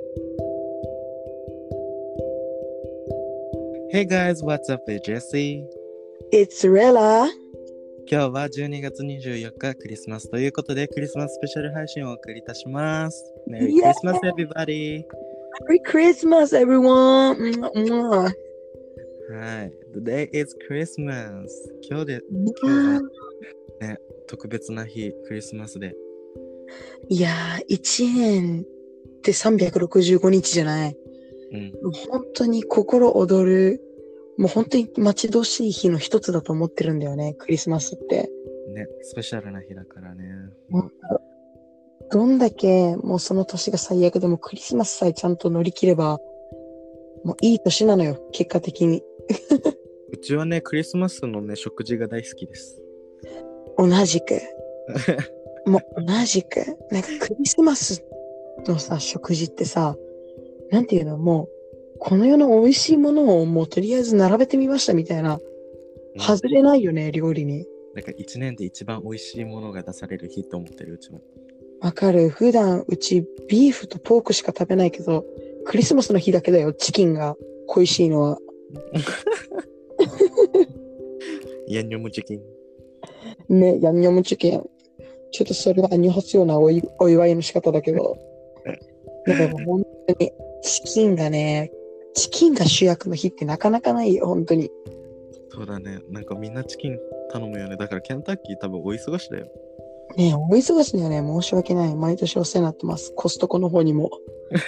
Hey guys, what's up? It's Jesse. It's Rella. 今日は12月24日クリスマスということでクリスマススペシャル配信をお送りいたします。Merry Yeah. Christmas everybody! Merry Christmas, everyone. Mwah. はい。Today is Christmas. 今日はね、特別な日、クリスマスで。 いやー、1年って365日じゃない。 うん。 本当に心躍る、もう本当に待ち遠しい日の一つだと思ってるんだよね、クリスマスって。 ね、スペシャルな日だからね。 どんだけもうその年が最悪でもクリスマスさえちゃんと乗り切れば、もういい年なのよ、結果的に。 うちはね、クリスマスのね、食事が大好きです。 同じく。もう同じく。なんかクリスマスのさ、食事ってさ、なんていうの、もう、この世の美味しいものをもうとりあえず並べてみましたみたいな。外れないよね、料理に。 だから1年で一番美味しいものが出される日と思ってるうちも。 わかる。普段うちビーフとポークしか食べないけど、クリスマスの日だけだよ、チキンが恋しいのは。 ヤンニョムチキン。 ね、ヤンニョムチキン。ちょっとそれは日本ようなお祝いの仕方だけど。だから本当にチキンが主役の日ってなかなかないよ、本当に。 そうだね。なんかみんなチキン頼むよね。だからケンタッキー多分お忙しだよ。 ねえ、お忙しいだよね。申し訳ない。毎年お世話になってます。コストコの方にも。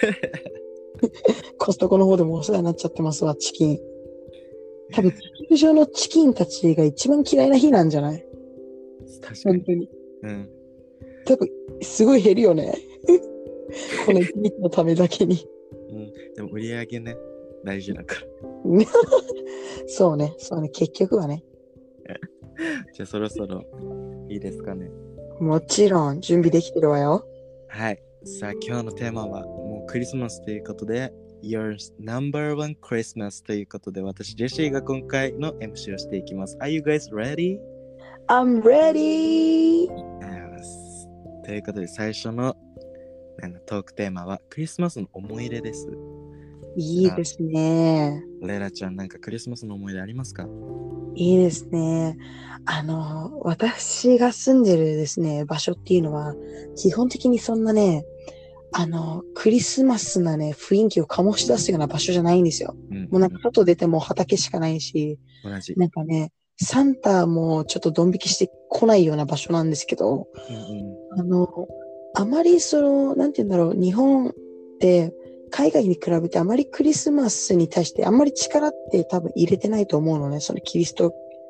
コストコの方でもお世話になっちゃってますわ、チキン。多分、地球上のチキンたちが一番嫌いな日なんじゃない？ 確かに。 本当に。 うん。 多分、すごい減るよね。この一日のためだけに。 うん。でも売り上げね、大事だから。 そうね、結局はね。 じゃあそろそろいいですかね。 もちろん、準備できてるわよ。 はい。さあ今日のテーマはもうクリスマスということで Your number one Christmas ということで私ジェシーが今回の MC をしていきます。Are you guys ready? I'm ready! Yes. ということで最初のトークテーマはクリスマスの思い出です。 いいですね。 レラちゃんなんかクリスマスの思い出ありますか？ いいですね。私が住んでるですね、場所っていうのは、基本的にそんなね、クリスマスなね、雰囲気を醸し出すような場所じゃないんですよ。もうなんか外出ても畑しかないし、 同じ。 なんかね、サンタもちょっとドン引きしてこないような場所なんですけど、あまりなんて言うんだろう、日本って海外に比べてあまりクリスマスに対してあんまり力って多分入れてないと思うのね、そのキリスト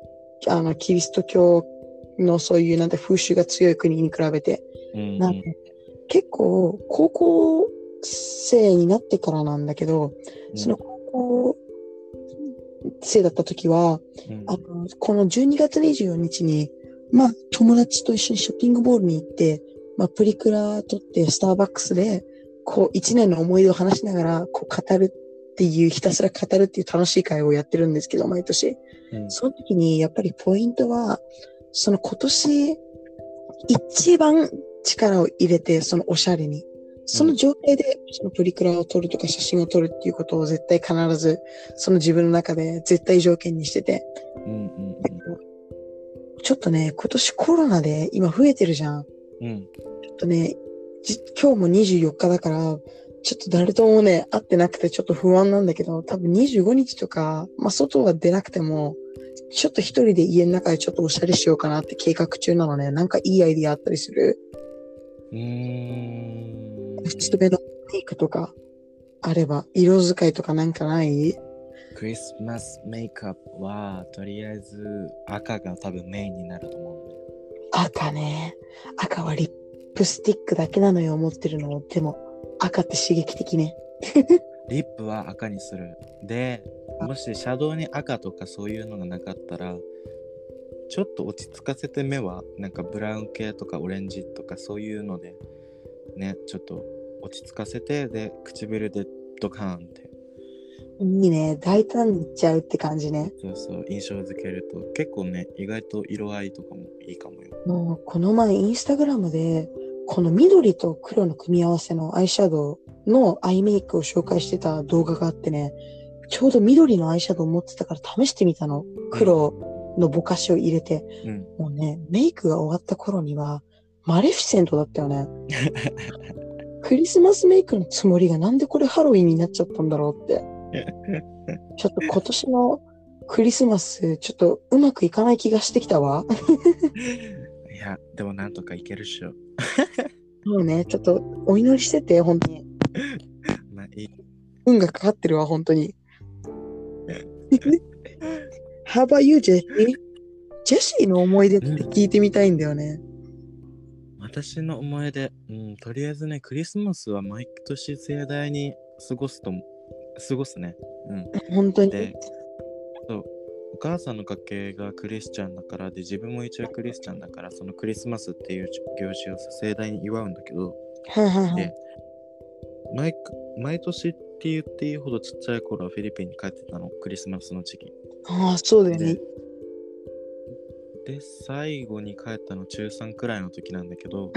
教のそういうなんて風習が強い国に比べて。なんで結構高校生になってからなんだけど、その高校生だった時は、この12月24日に、まあ友達と一緒にショッピングモールに行って、まあプリクラ撮ってスターバックスで、こう一年の思い出を話しながら、こう語るっていう、ひたすら語るっていう楽しい会をやってるんですけど、毎年。その時にやっぱりポイントは、その今年一番力を入れて、そのおしゃれに。その状態で、そのプリクラを撮るとか写真を撮るっていうことを絶対必ず、その自分の中で絶対条件にしてて。ちょっとね、今年コロナで今増えてるじゃん。ちょっとね、今日も24日だから、ちょっと誰ともね、会ってなくてちょっと不安なんだけど、多分25日とか、まあ外は出なくても、ちょっと一人で家の中でちょっとおしゃれしようかなって計画中なのね。なんかいいアイディアあったりする？口紅のメイクとかあれば、色使いとかなんかない？ クリスマスメイクアップはとりあえず赤が多分メインになると思うね。 赤ね。赤はリップスティックだけなのよ、持ってるの。でも赤って刺激的ね。 リップは赤にする。で、もしシャドウに赤とかそういうのがなかったら、ちょっと落ち着かせて目はなんかブラウン系とかオレンジとかそういうのでね、ちょっと落ち着かせて、で唇でドカーンっていいね。大胆にいっちゃうって感じね。 そうそう印象付けると結構ね、意外と色合いとかもいいかもよ。 もうこの前インスタグラムでこの緑と黒の組み合わせのアイシャドウのアイメイクを紹介してた動画があってね、ちょうど緑のアイシャドウ持ってたから試してみたの。黒のぼかしを入れて。もうね、メイクが終わった頃には、マレフィセントだったよね。クリスマスメイクのつもりがなんでこれハロウィンになっちゃったんだろうって。ちょっと今年のクリスマス、ちょっとうまくいかない気がしてきたわ。 いや、でもなんとかいけるっしょ。 もうね、ちょっとお祈りしてて、本当に。 まあいい。 運がかかってるわ、本当に。How about you, Jessie? ジェシーの思い出って聞いてみたいんだよね。 私の思い出、とりあえずね、クリスマスは毎年盛大に過ごすね。 本当に。 で、そう、お母さんの家系がクリスチャンだからで、自分も一応クリスチャンだから、そのクリスマスっていう行事を盛大に祝うんだけど、で、毎年って言っていいほどちっちゃい頃はフィリピンに帰ってたの、クリスマスの時期。 ああ、そうだよね。 で、最後に帰ったの中3くらいの時なんだけど、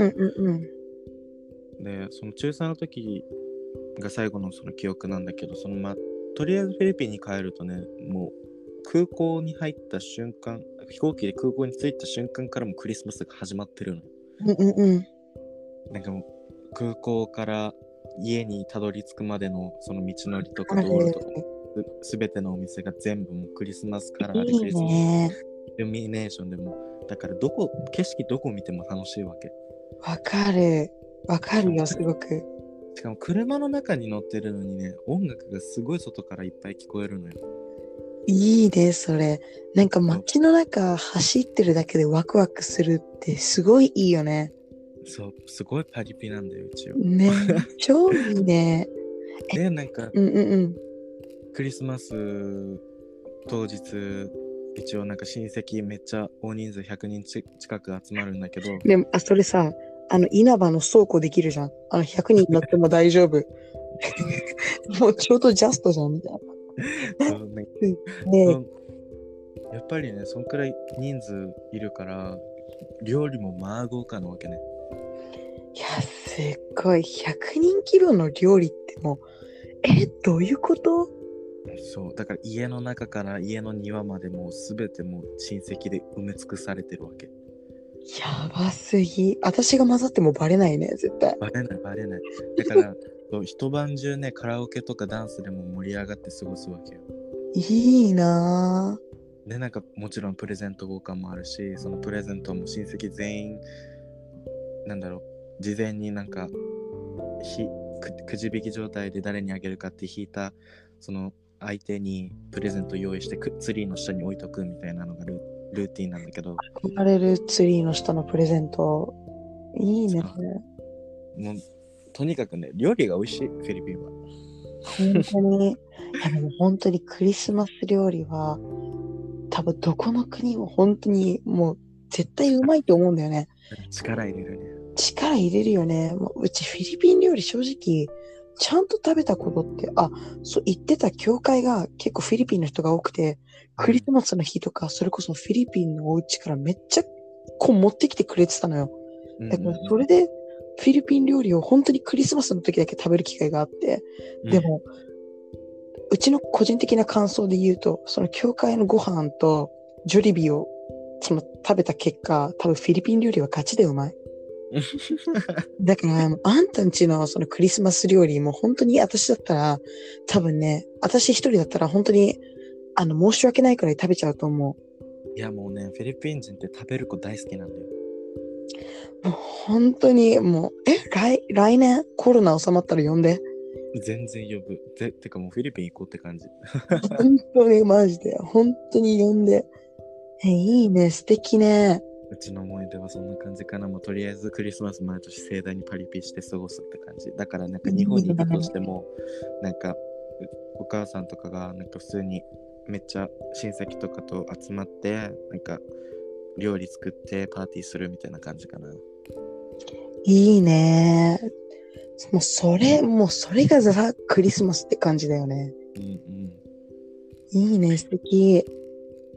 で、その中3の時が最後のその記憶なんだけど、とりあえずフィリピンに帰るとね、もう空港に入った瞬間、飛行機で空港に着いた瞬間からもクリスマスが始まってるの。なんかもう空港から家にたどり着くまでのその道のりとか道路とか、すべてのお店が全部もうクリスマスカラーでクリスマスイルミネーションでも、だから景色どこ見ても楽しいわけ。 わかるよ、すごく。 しかも車の中に乗ってるのにね、音楽がすごい外からいっぱい聞こえるのよ。 いいね、それ。なんか街の中走ってるだけでワクワクするってすごいいいよね。 そう、すごいパリピなんだよ、一応。 ね、超いいね。 で、なんか、クリスマス当日、一応なんか親戚めっちゃ大人数100人近く集まるんだけど。 でも、それさ、稲葉の倉庫できるじゃん。100人乗っても大丈夫。もうちょうどジャストじゃん、みたいな。 そうね。やっぱりね、そんくらい人数いるから、料理もまあ豪華なわけね。 いや、すっごい。100人規模の料理ってもう、どういうこと？ そう、だから家の中から家の庭までもうすべてもう親戚で埋め尽くされてるわけ。 やばすぎ。私が混ざってもバレないね、絶対。 バレない。だから一晩中ね、カラオケとかダンスでも盛り上がって過ごすわけよ。 いいなぁ。で、なんかもちろんプレゼント交換もあるし、そのプレゼントも親戚全員、事前になんかくじ引き状態で誰にあげるかって引いたその相手にプレゼント用意してツリーの下に置いとくみたいなのがルーティンなんだけど、 憧れるツリーの下のプレゼントいいね。 もうとにかくね、料理が美味しい、フィリピンは。 本当に。いやでも本当にクリスマス料理は多分どこの国も本当にもう絶対うまいと思うんだよね。 力入れるね。 力入れるよね。もううちフィリピン料理正直ちゃんと食べたことって、そう言ってた教会が結構フィリピンの人が多くて、クリスマスの日とかそれこそフィリピンのお家からめっちゃ持ってきてくれてたのよ。だからそれでフィリピン料理を本当にクリスマスの時だけ食べる機会があって、でもうちの個人的な感想で言うと、その教会のご飯とジョリビーを食べた結果、多分フィリピン料理はガチでうまい。だからあんたんちのそのクリスマス料理も本当に私だったら多分ね、私一人だったら本当に申し訳ないくらい食べちゃうと思う。 いやもうね、フィリピン人って食べる子大好きなんだよ。 もう本当にもう来年コロナ収まったら呼んで。 全然呼ぶ。てかもうフィリピン行こうって感じ。 本当にマジで本当に呼んで。いいね、素敵ね。 うちの思い出はそんな感じかな。もうとりあえずクリスマス毎年盛大にパリピして過ごすって感じ。だからなんか日本に行くとしても、なんかお母さんとかがなんか普通にめっちゃ親戚とかと集まってなんか料理作ってパーティーするみたいな感じかな。 いいね。もうそれがザ・クリスマスって感じだよね。いいね、素敵。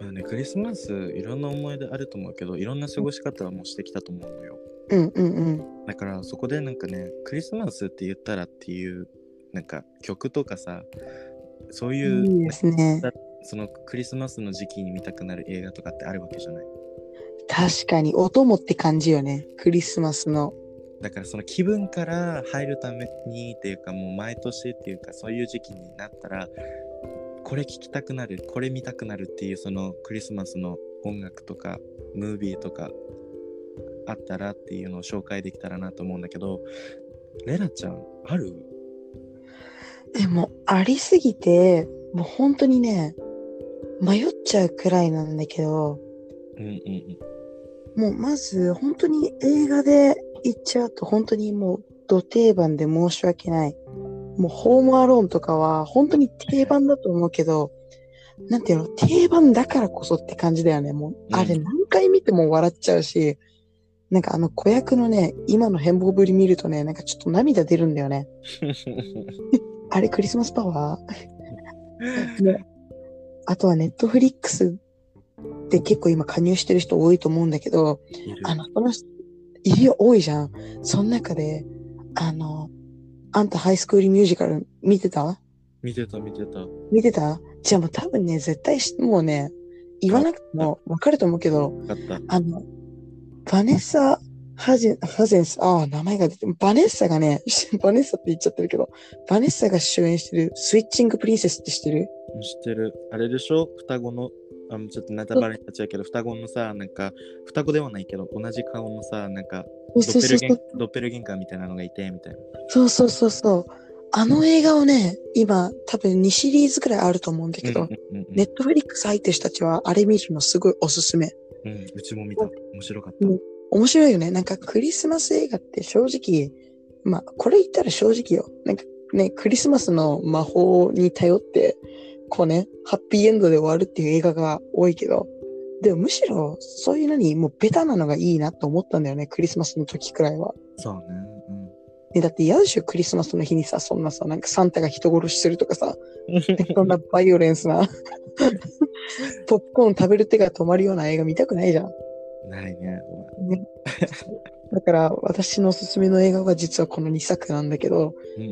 まあね、クリスマスいろんな思い出あると思うけど、いろんな過ごし方はもうしてきたと思うのよ。 うんうんうん。 だからそこでなんかね、クリスマスって言ったらっていうなんか曲とかさ、そういういいですね。 そのクリスマスの時期に見たくなる映画とかってあるわけじゃない。 確かに、お供って感じよね。クリスマスの。 だからその気分から入るためにっていうか、もう毎年っていうか、そういう時期になったらこれ聴きたくなる、これ見たくなるっていうそのクリスマスの音楽とかムービーとかあったらっていうのを紹介できたらなと思うんだけど、レラちゃんある？ でも、ありすぎて、もう本当にね、迷っちゃうくらいなんだけど、 うんうんもうまず、本当に映画で言っちゃうと、本当にもう、ど定番で申し訳ない。もう、ホームアローンとかは、本当に定番だと思うけど、なんていうの、定番だからこそって感じだよね。もう、あれ何回見ても笑っちゃうし、なんか子役のね、今の変貌ぶり見るとね、なんかちょっと涙出るんだよね。あれクリスマスパワーね。あとはネットフリックスって結構今加入してる人多いと思うんだけど、このいるよ、多いじゃん。その中で、あんたハイスクールミュージカル見てた？ 見てた。 見てた？じゃあもう多分ね、絶対もうね、言わなくてもわかると思うけど、バネッサ・ハゼンス、名前が出て、バネッサがね、バネッサって言っちゃってるけど、バネッサが主演してるスイッチングプリンセスって知ってる？ 知ってる。あれでしょ、双子の、ちょっとネタバレになっちゃうけど、双子のさ、なんか、双子ではないけど、同じ顔のさ、なんか、ドッペルゲンカーみたいなのがいて、みたいな。 そう。あの映画をね、今、多分2シリーズくらいあると思うんだけど、ネットフリックス入ってる人たちは、あれ見るのすごいおすすめ。 うん、うちも見た。面白かった。 面白いよね。なんかクリスマス映画って正直、まあ、これ言ったら正直よ。なんかね、クリスマスの魔法に頼って、こうね、ハッピーエンドで終わるっていう映画が多いけど、でもむしろ、そういうのにもうベタなのがいいなと思ったんだよね、クリスマスの時くらいは。 そうね。 ね、だって嫌でしょ、クリスマスの日にさ、そんなさ、なんかサンタが人殺しするとかさ、そんなバイオレンスな、ポップコーン食べる手が止まるような映画見たくないじゃん。 ないね。 だから私のおすすめの映画は実はこの2作なんだけど、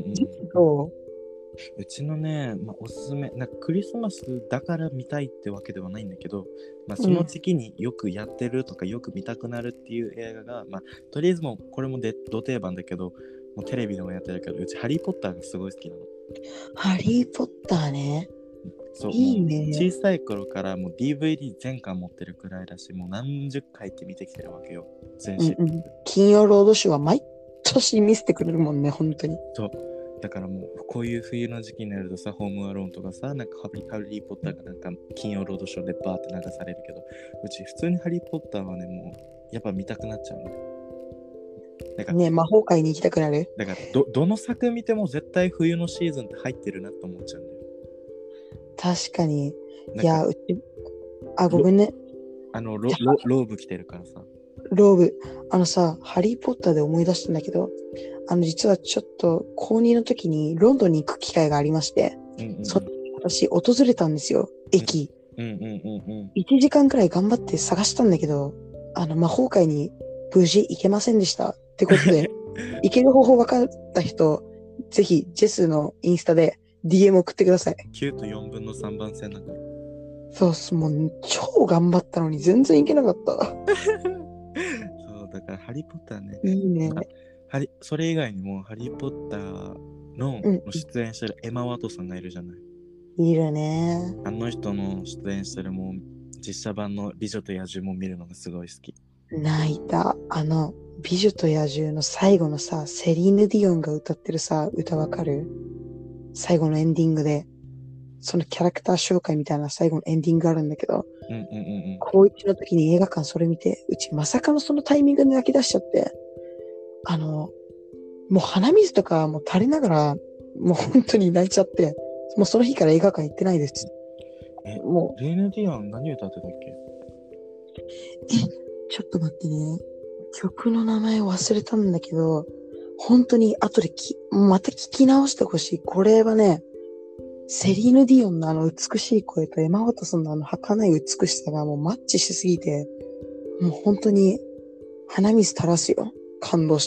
うちのね、おすすめ、なんかクリスマスだから見たいってわけではないんだけど、その時期によくやってるとかよく見たくなるっていう映画が、とりあえずもうこれもど定番だけど、もうテレビでもやってるけど、うちハリーポッターがすごい好きなの。 ハリーポッターね。 そう、 いいね。 小さい頃からもう DVD 全巻持ってるくらいだし、もう何十回って見てきてるわけよ。全シリーズ。 金曜ロードショーは毎年見せてくれるもんね、本当に。 そう。だからもうこういう冬の時期になるとさ、ホームアローンとかさ、なんかハリーポッターがなんか金曜ロードショーでバーって流されるけど、うち普通にハリーポッターはね、もうやっぱ見たくなっちゃうね。だからね、魔法界に行きたくなる。 だからどの作見ても絶対冬のシーズンって入ってるなと思っちゃうんだよ。 確かに。いや、うち、ごめんね。 ローブ着てるからさ。 ローブ。ハリーポッターで思い出したんだけど、実はちょっと、高2の時にロンドンに行く機会がありまして、その時私、訪れたんですよ、駅。1時間くらい頑張って探したんだけど、魔法界に無事行けませんでした。ってことで、行ける方法分かった人、ぜひ、ジェスのインスタで DM 送ってください。 9と4分の3番線だから。 そう、もう超頑張ったのに全然行けなかった。 そう、だからハリーポッターね。 いいね。 それ以外にもハリーポッターの出演してるエマ・ワトソンがいるじゃない。 いるね。 あの人の出演してるもう実写版の美女と野獣も見るのがすごい好き。 泣いた。美女と野獣の最後のさ、セリーヌ・ディオンが歌ってるさ、歌わかる？最後のエンディングで、そのキャラクター紹介みたいな最後のエンディングがあるんだけど、高1の時に映画館それ見て、うちまさかのそのタイミングで泣き出しちゃって、もう鼻水とかもう垂れながら、もう本当に泣いちゃって、もうその日から映画館行ってないです。 もう。レイヌ・ディオン何歌ってたっけ？ ちょっと待ってね。曲の名前忘れたんだけど、本当に後でまた聞き直してほしい。これはね、 セリーヌ・ディオンのあの美しい声とエマ・ワトソンのあの儚い美しさがもうマッチしすぎて、もう本当に鼻水垂らすよ。感動して。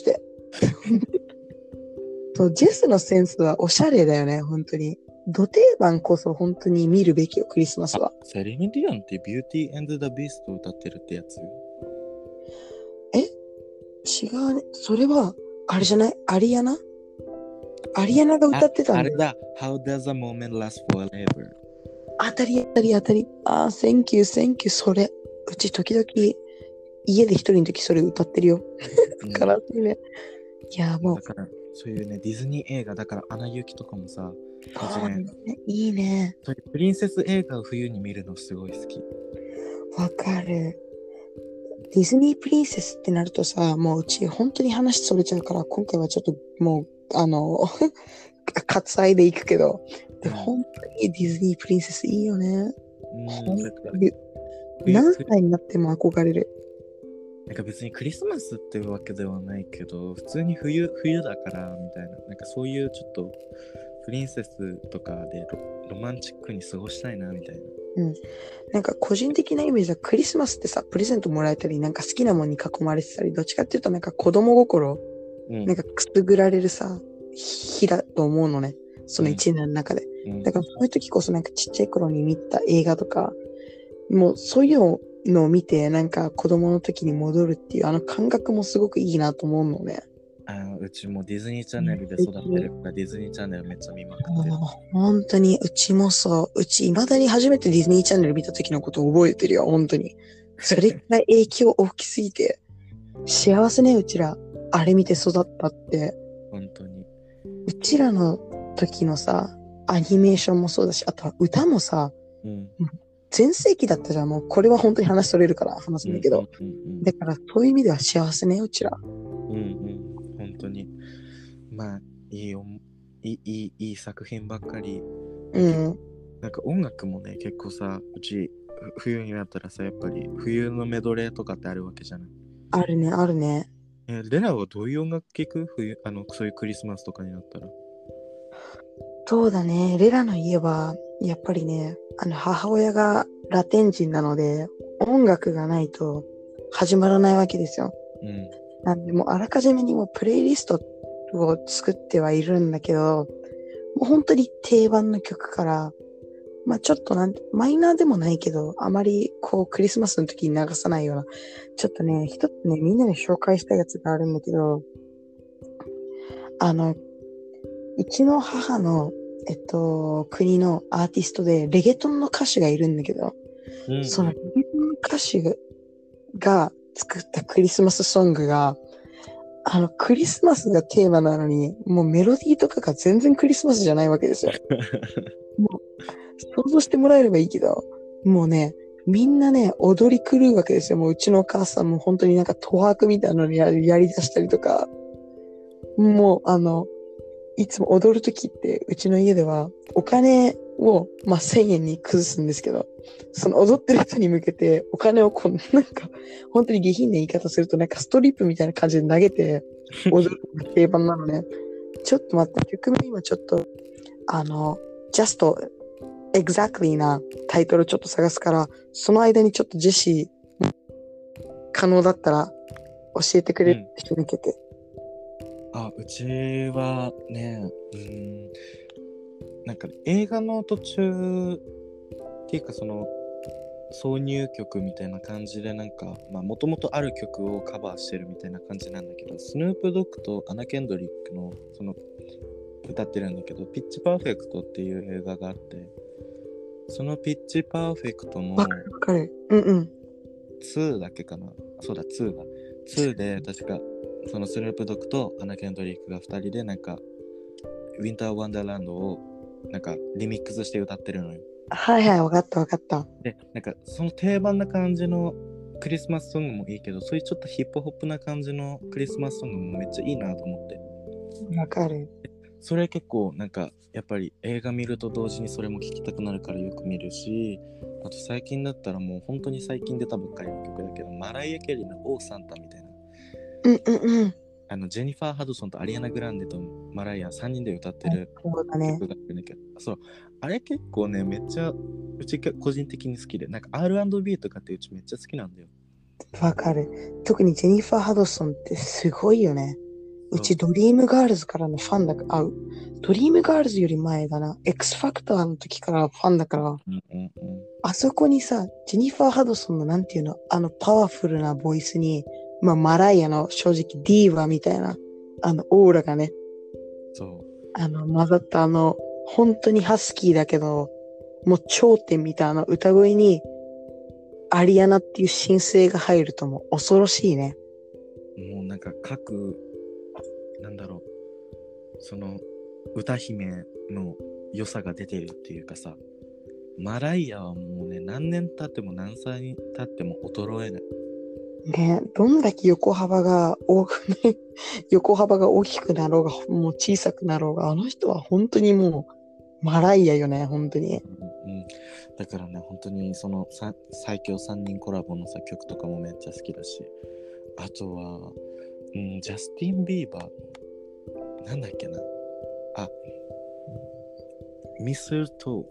そう、ジェスのセンスはおしゃれだよね、本当に。ド定番こそ本当に見るべきよ、クリスマスは。 セリーヌ・ディオンってビューティー・ザ・ビーストを歌ってるってやつ？ え違うね。それは、あれじゃない？アリアナが歌ってたんだよ。 あれだ。How does a moment last forever? 当たり。Thank you. それ。うち時々、家で一人の時それ歌ってるよ。悲しいね。いや、もう。 だから、そういうね、ディズニー映画だから、アナ雪とかもさ、 そうね。いいね。 そういうプリンセス映画を冬に見るのすごい好き。 わかる。ディズニープリンセスってなるとさ、もううち本当に話それちゃうから、今回はちょっともう、割愛でいくけど、で、本当にディズニープリンセスいいよね。本当に。何歳になっても憧れる。 なんか別にクリスマスっていうわけではないけど、普通に冬だからみたいな、なんかそういうちょっとプリンセスとかでロマンチックに過ごしたいなみたいな。 なんか個人的なイメージはクリスマスってさ、プレゼントもらえたり、なんか好きなものに囲まれてたり、どっちかっていうとなんか子供心、なんかくすぐられるさ、日だと思うのね。その一年の中で。だからそういう時こそなんかちっちゃい頃に見た映画とか、もうそういうのを見てなんか子供の時に戻るっていうあの感覚もすごくいいなと思うのね。 うちもディズニーチャンネルで育ってるからディズニーチャンネルめっちゃ見まくってる。 本当にうちもそう。うち未だに初めてディズニーチャンネル見た時のことを覚えてるよ、本当に。それくらい影響大きすぎて。幸せね、うちら。あれ見て育ったって。 本当に。 うちらの時のさ、アニメーションもそうだし、あとは歌もさ、全盛期だったじゃん。もうこれは本当に話それるから話すんだけど。だからそういう意味では幸せね、うちら。 本当に。まあ、いい作品ばっかり。なんか音楽もね、結構さ、うち冬になったらさ、やっぱり冬のメドレーとかってあるわけじゃない？ あるね。 レナはどういう音楽聴く？そういうクリスマスとかになったら。 そうだね。レラの家は、やっぱりね、母親がラテン人なので、音楽がないと始まらないわけですよ。なんで、もうあらかじめにもプレイリストを作ってはいるんだけど、もう本当に定番の曲から、まあちょっとマイナーでもないけど、あまりこうクリスマスの時に流さないような、ちょっとね、一つね、みんなに紹介したやつがあるんだけど、うちの母の、国のアーティストでレゲトンの歌手がいるんだけど、そのレゲトンの歌手が作ったクリスマスソングが、クリスマスがテーマなのに、もうメロディーとかが全然クリスマスじゃないわけですよ。もう、想像してもらえればいいけど、もうね、みんなね、踊り狂うわけですよ。もううちのお母さんも本当になんかトワークみたいなのにやり出したりとか、もういつも踊るときって、うちの家ではお金を、1000円に崩すんですけど、その踊ってる人に向けてお金をなんか、本当に下品な言い方すると、なんかストリップみたいな感じで投げて踊るのが定番なのね。ちょっと待って、曲名今ちょっと、just exactly なタイトルちょっと探すから、その間にちょっとジェシー、可能だったら教えてくれる人に向けて。 うちはね、なんか映画の途中っていうかその挿入曲みたいな感じでなんかもともとある曲をカバーしてるみたいな感じなんだけど、スヌープドッグとアナ・ケンドリックのその歌ってるんだけど、ピッチパーフェクトっていう映画があって、そのピッチパーフェクトのわかる。 2だけかな。そうだ、2で確かそのスヌープドッグとアナ・ケンドリックが2人でなんかウィンター・ワンダーランドをなんかリミックスして歌ってるのよ。 はい、わかった。 で、なんかその定番な感じのクリスマスソングもいいけど、そういうちょっとヒップホップな感じのクリスマスソングもめっちゃいいなと思って。 わかる。 それ結構なんかやっぱり映画見ると同時にそれも聴きたくなるからよく見るし、あと最近だったらもう本当に最近出たばっかりの曲だけど、マライア・ケリーのオー・サンタみたいな。ジェニファー・ハドソンとアリアナ・グランデとマライア3人で歌ってるそうだね。 曲があるんだけど、そう、あれ結構ね、めっちゃうち個人的に好きで、なんか R&B とかってうちめっちゃ好きなんだよ。 わかる。特にジェニファー・ハドソンってすごいよね。うそうちドリームガールズからのファンだから、ドリームガールズより前だな。X ファクターの時からファンだから、 うんうんうん。 あそこにさ、ジェニファー・ハドソンのなんていうの、パワフルなボイスに、まあ、マライアの正直ディーバみたいな、オーラがね、 そう。 混ざった本当にハスキーだけど、もう頂点みたいな歌声に、アリアナっていう新星が入るともう恐ろしいね。 もうなんかなんだろう、その歌姫の良さが出てるっていうかさ、マライアはもうね、何年経っても何歳経っても衰えない。 ね、どんだけ横幅が横幅が大きくなろうが、もう小さくなろうが、あの人は本当にもう、マライアよね、本当に。 うん、だからね、本当にその最強3人コラボのさ曲とかもめっちゃ好きだし、あとは、ジャスティン・ビーバー、なんだっけな、ミスルト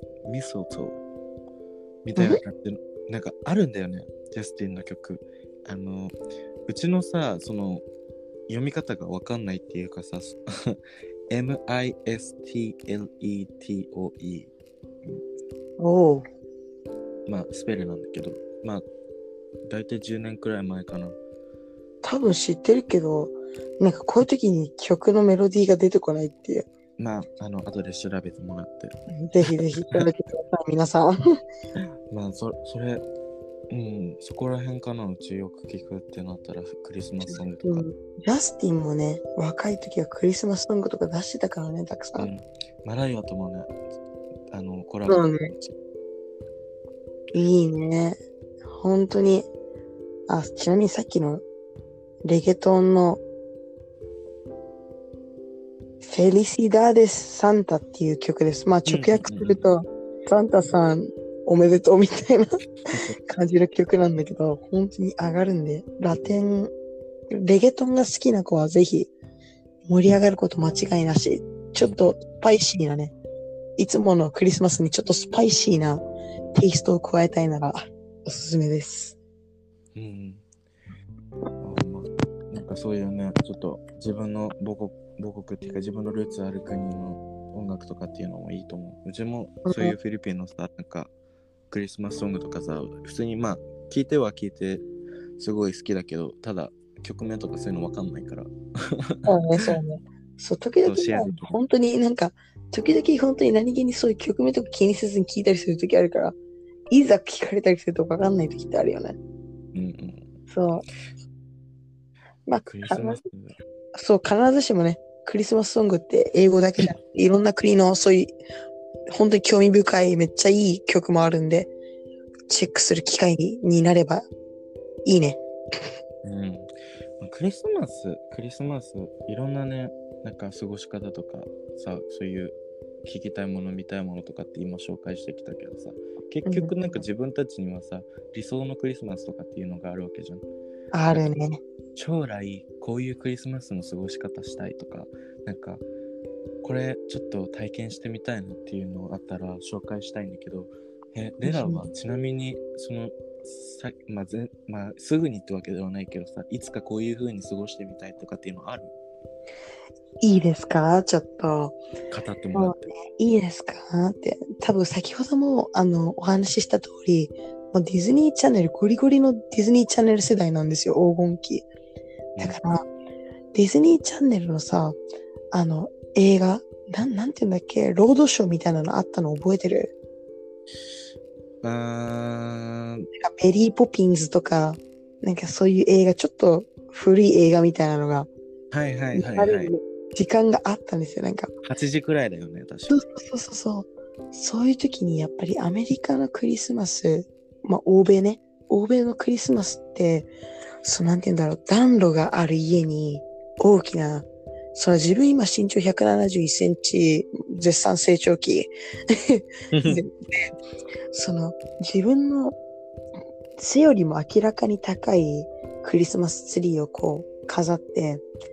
みたいな感じの、なんかあるんだよね、ジャスティンの曲。うちのさ、その読み方がわかんないっていうかさ、MISTLETOE、 おう。 まあスペルなんだけど、まあだいたい10年くらい前かな。 多分知ってるけど、なんかこういう時に曲のメロディーが出てこないっていう。 まあ後で調べてもらって。 ぜひぜひ調べてください、皆さん。 まあそれ、そこら辺かな、うちよく聞くってなったらクリスマスソングとか。 ジャスティンもね、若い時はクリスマスソングとか出してたからね、たくさん。 マライアともね、コラボ。 そうね。いいね。本当に。ちなみにさっきのレゲトンのフェリシダーデス・サンタっていう曲です。まあ直訳すると、サンタさんおめでとうみたいな感じの曲なんだけど、本当に上がるんで、レゲトンが好きな子はぜひ盛り上がること間違いなし。ちょっとスパイシーなね、いつものクリスマスにちょっとスパイシーなテイストを加えたいならおすすめです。 なんかそういうね、ちょっと自分の母国っていうか自分のルーツある国の音楽とかっていうのもいいと思う。うちもそういうフィリピンのさ、なんかクリスマスソングとかさ、普通にまあ聞いてすごい好きだけど、ただ曲名とかそういうの分かんないから。 そうね、そうね。そう、時々本当になんか、時々本当に何気にそういう曲名とか気にせずに聞いたりする時あるから、いざ聞かれたりすると分かんない時ってあるよね。そう。まあ、 クリスマスそう、必ずしもね、クリスマスソングって英語だけじゃなくて、いろんな国のそういう、本当に興味深い、めっちゃいい曲もあるんで、チェックする機会になればいいね。 クリスマス、いろんなね、なんか過ごし方とかさ、そういう聞きたいもの、見たいものとかって今紹介してきたけどさ、結局なんか自分たちにはさ、理想のクリスマスとかっていうのがあるわけじゃん。 あるね。 将来こういうクリスマスの過ごし方したいとか、なんかこれちょっと体験してみたいのっていうのあったら紹介したいんだけど、レラはちなみにそのすぐにってわけではないけどさ、いつかこういう風に過ごしてみたいとかっていうのある？ いいですか？ちょっと語ってもらって。 いいですかって、多分先ほどもお話しした通り、もうディズニーチャンネル、ゴリゴリのディズニーチャンネル世代なんですよ、黄金期。だから、ディズニーチャンネルのさ、映画、なんていうんだっけ、ロードショーみたいなのあったの覚えてる？なんかメリーポピンズとか、なんかそういう映画、ちょっと古い映画みたいなのが、時間があったんですよ、なんか。 8時くらいだよね、確か。 そう。そういう時にやっぱりアメリカのクリスマス、まあ欧米のクリスマスって、なんて言うんだろう、暖炉がある家に大きな、自分今身長171センチ、絶賛成長期。自分の背よりも明らかに高いクリスマスツリーをこう飾って、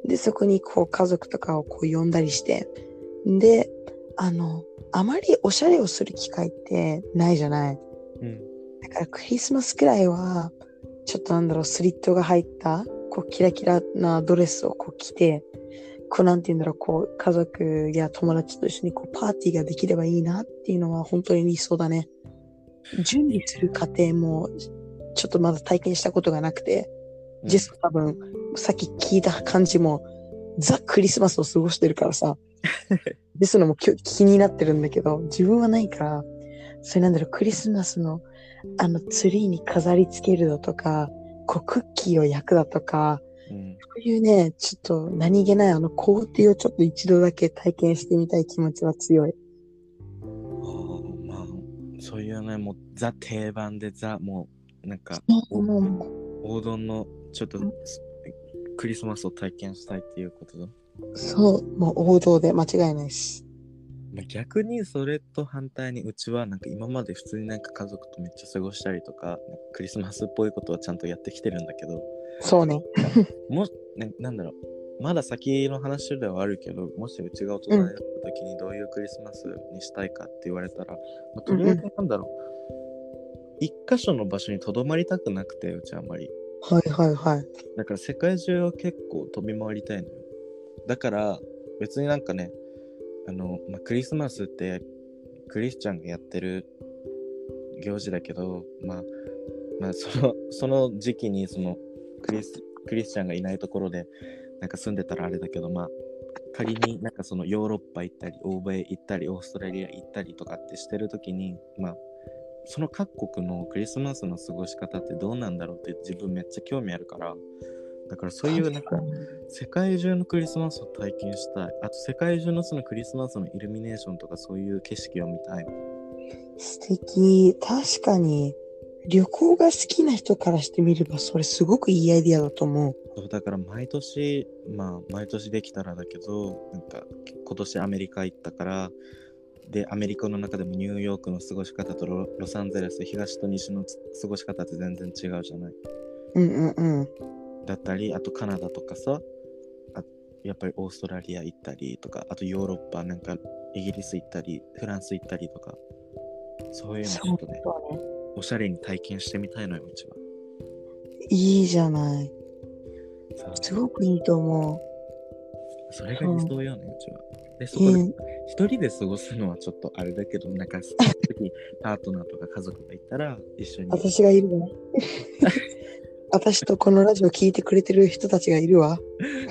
で、そこにこう家族とかをこう呼んだりして、で、あまりおしゃれをする機会ってないじゃない。 うん。 だからクリスマスくらいは、ちょっとなんだろう、スリットが入った、こうキラキラなドレスをこう着て、こうなんて言うんだろう、こう家族や友達と一緒にこうパーティーができればいいなっていうのは本当に理想だね。準備する過程もちょっとまだ体験したことがなくて、ジェス多分さっき聞いた感じもザ・クリスマスを過ごしてるからさ、ですのも気になってるんだけど、自分はないから、それなんだろう、クリスマスのツリーに飾り付けるだとか、こうクッキーを焼くだとか、そういうね、ちょっと何気ない工程をちょっと一度だけ体験してみたい気持ちは強い。 まあ、そういうね、もうザ定番でもうなんか王道のちょっとクリスマスを体験したいっていうことだ。 そう、もう王道で間違いないし。 逆にそれと反対にうちはなんか今まで普通になんか家族とめっちゃ過ごしたりとか、クリスマスっぽいことはちゃんとやってきてるんだけど、 そうね。 なんだろう、まだ先の話ではあるけど、もしうちが大人になった時にどういうクリスマスにしたいかって言われたら、とりあえずなんだろう、一箇所の場所にとどまりたくなくて、うちはあんまり。 はいはいはい。 だから世界中を結構飛び回りたいのよ。だから別になんかね、クリスマスってクリスチャンがやってる行事だけど、その時期にそのクリスチャンがいないところでなんか住んでたらあれだけど、仮になんかそのヨーロッパ行ったり欧米行ったりオーストラリア行ったりとかってしてる時に、その各国のクリスマスの過ごし方ってどうなんだろうって自分めっちゃ興味あるから、だからそういうなんか世界中のクリスマスを体験したい。あと世界中のそのクリスマスのイルミネーションとかそういう景色を見たい。 素敵。確かに旅行が好きな人からしてみればそれすごくいいアイディアだと思う。 そうだから毎年できたらだけど、なんか今年アメリカ行ったからで、アメリカの中でもニューヨークの過ごし方とロサンゼルス、東と西の過ごし方って全然違うじゃない。だったり、あとカナダとかさ、やっぱりオーストラリア行ったりとか、あとヨーロッパ、なんかイギリス行ったり、フランス行ったりとか、そういうのちょっとね、おしゃれに体験してみたいのよ、うちは。 いいじゃない。すごくいいと思う。 それが理想よね、うちは。で、そこで一人で過ごすのはちょっとあれだけど、なんかその時にパートナーとか家族がいたら一緒に。 私がいるわ。私とこのラジオ聞いてくれてる人たちがいるわ。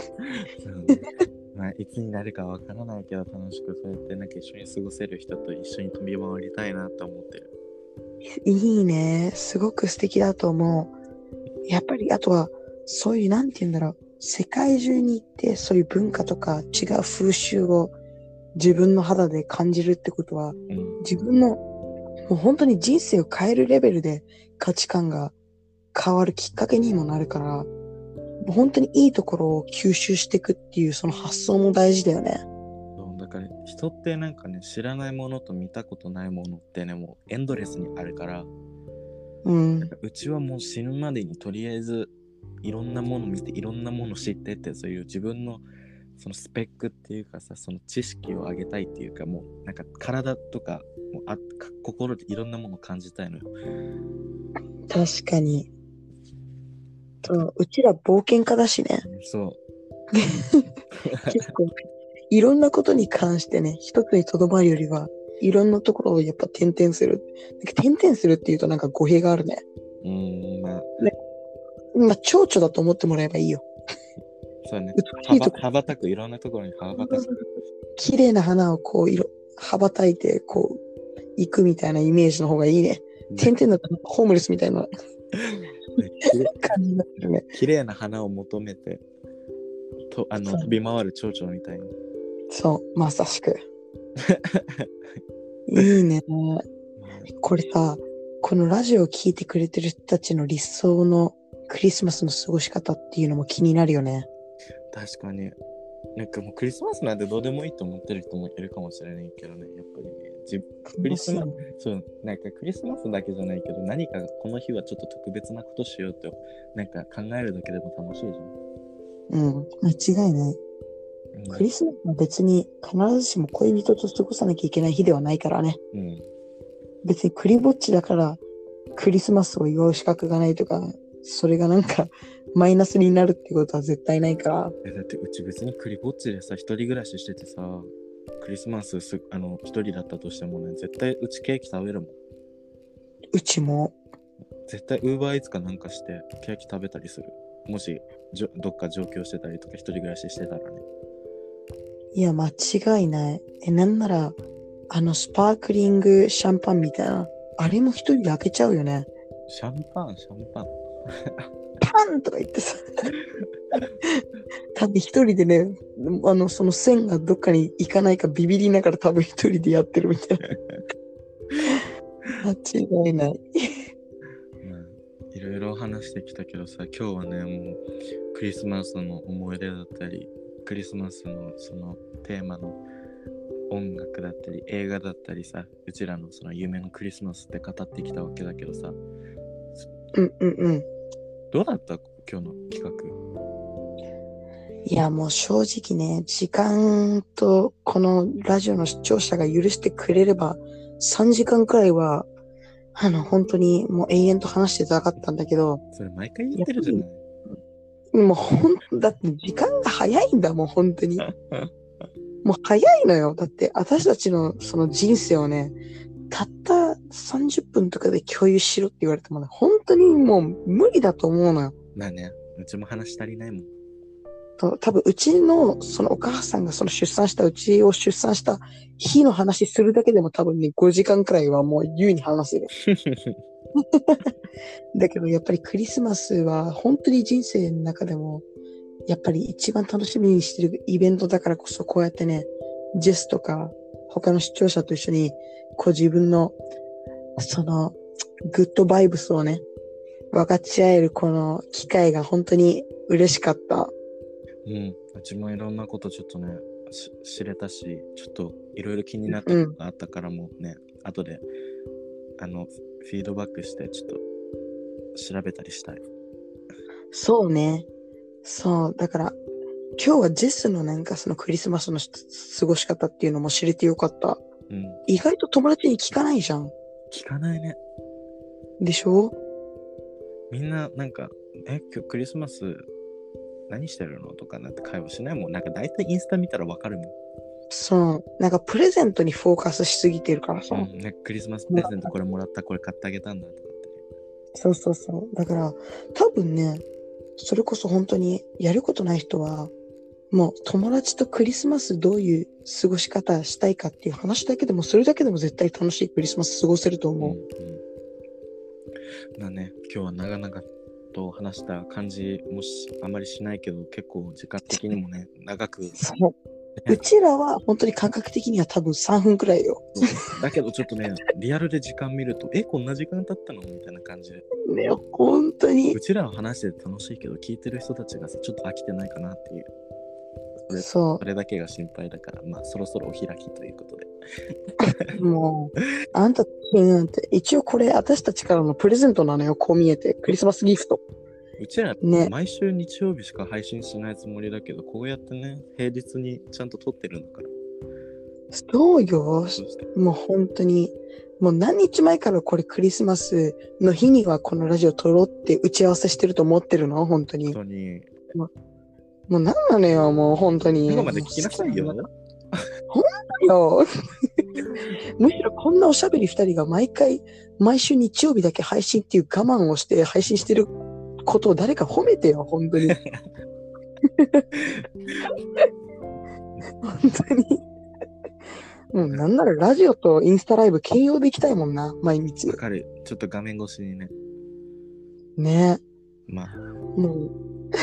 いつになるかわからないけど、楽しくそうやってなんか一緒に過ごせる人と一緒に飛び回りたいなと思ってる。 いいね。すごく素敵だと思う。やっぱりあとはそういうなんて言うんだろう。世界中に行ってそういう文化とか違う風習を自分の肌で感じるってことは、自分のもう本当に人生を変えるレベルで価値観が変わるきっかけにもなるから、本当にいいところを吸収していくっていうその発想も大事だよね。 そうだから人ってなんかね、知らないものと見たことないものってね、もうエンドレスにあるから、うちはもう死ぬまでにとりあえずいろんなもの見ていろんなもの知ってって、そういう自分のそのスペックっていうかさ、その知識を上げたいっていうか、もうなんか体とか心でいろんなものを感じたいのよ。 確かに。うちら冒険家だしね。 そう結構いろんなことに関してね、一つにとどまるよりはいろんなところをやっぱ転々する。転々するっていうとなんか語弊があるね。蝶々だと思ってもらえばいいよ。 そうね。羽ばたく、いろんなところに羽ばたく。 綺麗な花をこう羽ばたいてこう行くみたいなイメージの方がいいね。点々だとホームレスみたいな感じになってるね。 綺麗な花を求めて飛び回る蝶々みたいに。 そう、まさしく。いいね。これさ、このラジオを聞いてくれてる人たちの理想のクリスマスの過ごし方っていうのも気になるよね。 確かに。なんかもうクリスマスなんてどうでもいいと思ってる人もいるかもしれないけどね、やっぱりね。クリスマス、なんかクリスマスだけじゃないけど、何かこの日はちょっと特別なことしようとなんか考えるだけでも楽しいじゃん。 うん、間違いない。クリスマスは別に必ずしも恋人と過ごさなきゃいけない日ではないからね。 うん。 別にクリぼっちだからクリスマスを祝う資格がないとか、それがなんかマイナスになるってことは絶対ないから。 だってうち別にクリぼっちでさ、一人暮らししててさ、クリスマス一人だったとしてもね、絶対うちケーキ食べるもん。 うちも。 絶対ウーバーイーツかなんかしてケーキ食べたりする。もしどっか上京してたりとか一人暮らししてたらね。 いや、間違いない。なんなら、スパークリングシャンパンみたいな、あれも一人で開けちゃうよね。 シャンパン。 パンとか言ってさ。多分一人でね、その線がどっかに行かないかビビりながら多分一人でやってるみたいな。間違いない。 いろいろ話してきたけどさ、今日はね、もうクリスマスの思い出だったり、クリスマスのそのテーマの音楽だったり、映画だったりさ、うちらのその夢のクリスマスって語ってきたわけだけどさ、どうだった今日の企画？ いや、もう正直ね、時間とこのラジオの視聴者が許してくれれば、3時間くらいは、本当にもう永遠と話してたかったんだけど。 それ毎回言ってるじゃない。 もうだって時間が早いんだもん、本当に。もう早いのよ。だって私たちのその人生をね、たった30分とかで共有しろって言われてもね、本当にもう無理だと思うのよ。 まあね、うちも話足りないもん。 多分うちのそのお母さんがそのうちを出産した日の話するだけでも多分ね、5時間くらいはもう優に話せる。だけどやっぱりクリスマスは本当に人生の中でもやっぱり一番楽しみにしてるイベントだからこそ、こうやってね、ジェスとか他の視聴者と一緒にこう自分のそのグッドバイブスをね、分かち合えるこの機会が本当に嬉しかった。 うちもいろんなことちょっとね知れたし、ちょっといろいろ気になったことがあったからもね、後でフィードバックしてちょっと調べたりしたい。 そうね。そう、だから今日はジェスのなんかそのクリスマスの過ごし方っていうのも知れてよかった。意外と友達に聞かないじゃん。 聞かないね。 でしょ？ みんななんか今日クリスマス何してるのとかなんて会話しないもん。なんか大体インスタ見たらわかるもん。 そう。なんかプレゼントにフォーカスしすぎてるからさ。 クリスマスプレゼントこれもらった、これ買ってあげたんだとかって。 そう。だから多分ね、それこそ本当にやることない人は、もう友達とクリスマスどういう過ごし方したいかっていう話だけでも、それだけでも絶対楽しいクリスマス過ごせると思う。 まあね、今日は長々と話した感じもあまりしないけど、結構時間的にもね、長く。 そううちらは本当に感覚的には多分3分くらいよ。 だけどちょっとね、リアルで時間見ると、こんな時間経ったのみたいな感じで。 ね、本当に。 うちらは話してて楽しいけど、聞いてる人たちがさ、ちょっと飽きてないかなっていう。それだけが心配だから、まあそろそろお開きということで。 もう、あんたなんて、一応これ私たちからのプレゼントなのよ、こう見えて。クリスマスギフト。 うちら、毎週日曜日しか配信しないつもりだけど、こうやってね、平日にちゃんと撮ってるんだから。 そうよ。もう本当に、もう何日前からこれクリスマスの日にはこのラジオ撮ろうって打ち合わせしてると思ってるの本当に。 本当に。 もう何なのよ、もう本当に。 今まで聞きなさいよ。 本当よ。むしろこんなおしゃべり2人が毎週日曜日だけ配信っていう我慢をして配信してることを誰か褒めてよ、本当に。本当に。もうなんならラジオとインスタライブ兼用できたいもんな、毎日。 わかる。ちょっと画面越しにね。 ね。 まあ。 もう。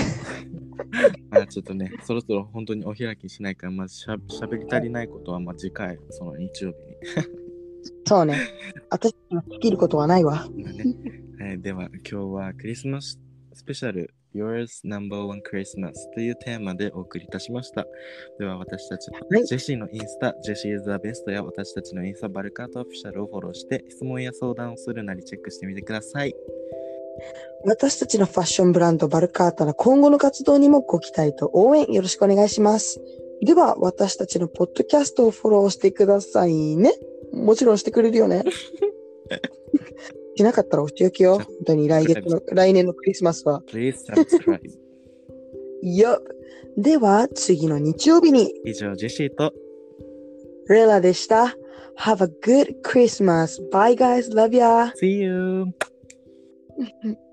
ちょっとね、そろそろ本当にお開きしないから、まずしゃべり足りないことは、まあ次回、その日曜日に。 そうね。私に尽きることはないわ。 では、今日はクリスマススペシャル Yours No.1 Christmas というテーマでお送りいたしました。では、私たちのジェシーのインスタ、ジェシー is the best や私たちのインスタ、バルカートオフィシャルをフォローして、質問や相談をするなりチェックしてみてください。 私たちのファッションブランドバルカータの今後の活動にもご期待と応援よろしくお願いします。では、私たちのポッドキャストをフォローしてくださいね。もちろんしてくれるよね。しなかったらお仕置きよ。本当に来年のクリスマスは。 Please subscribe. Yup. では、次の日曜日に。 以上、ジェシーとレラでした。Have a good Christmas. Bye guys. Love ya. See you!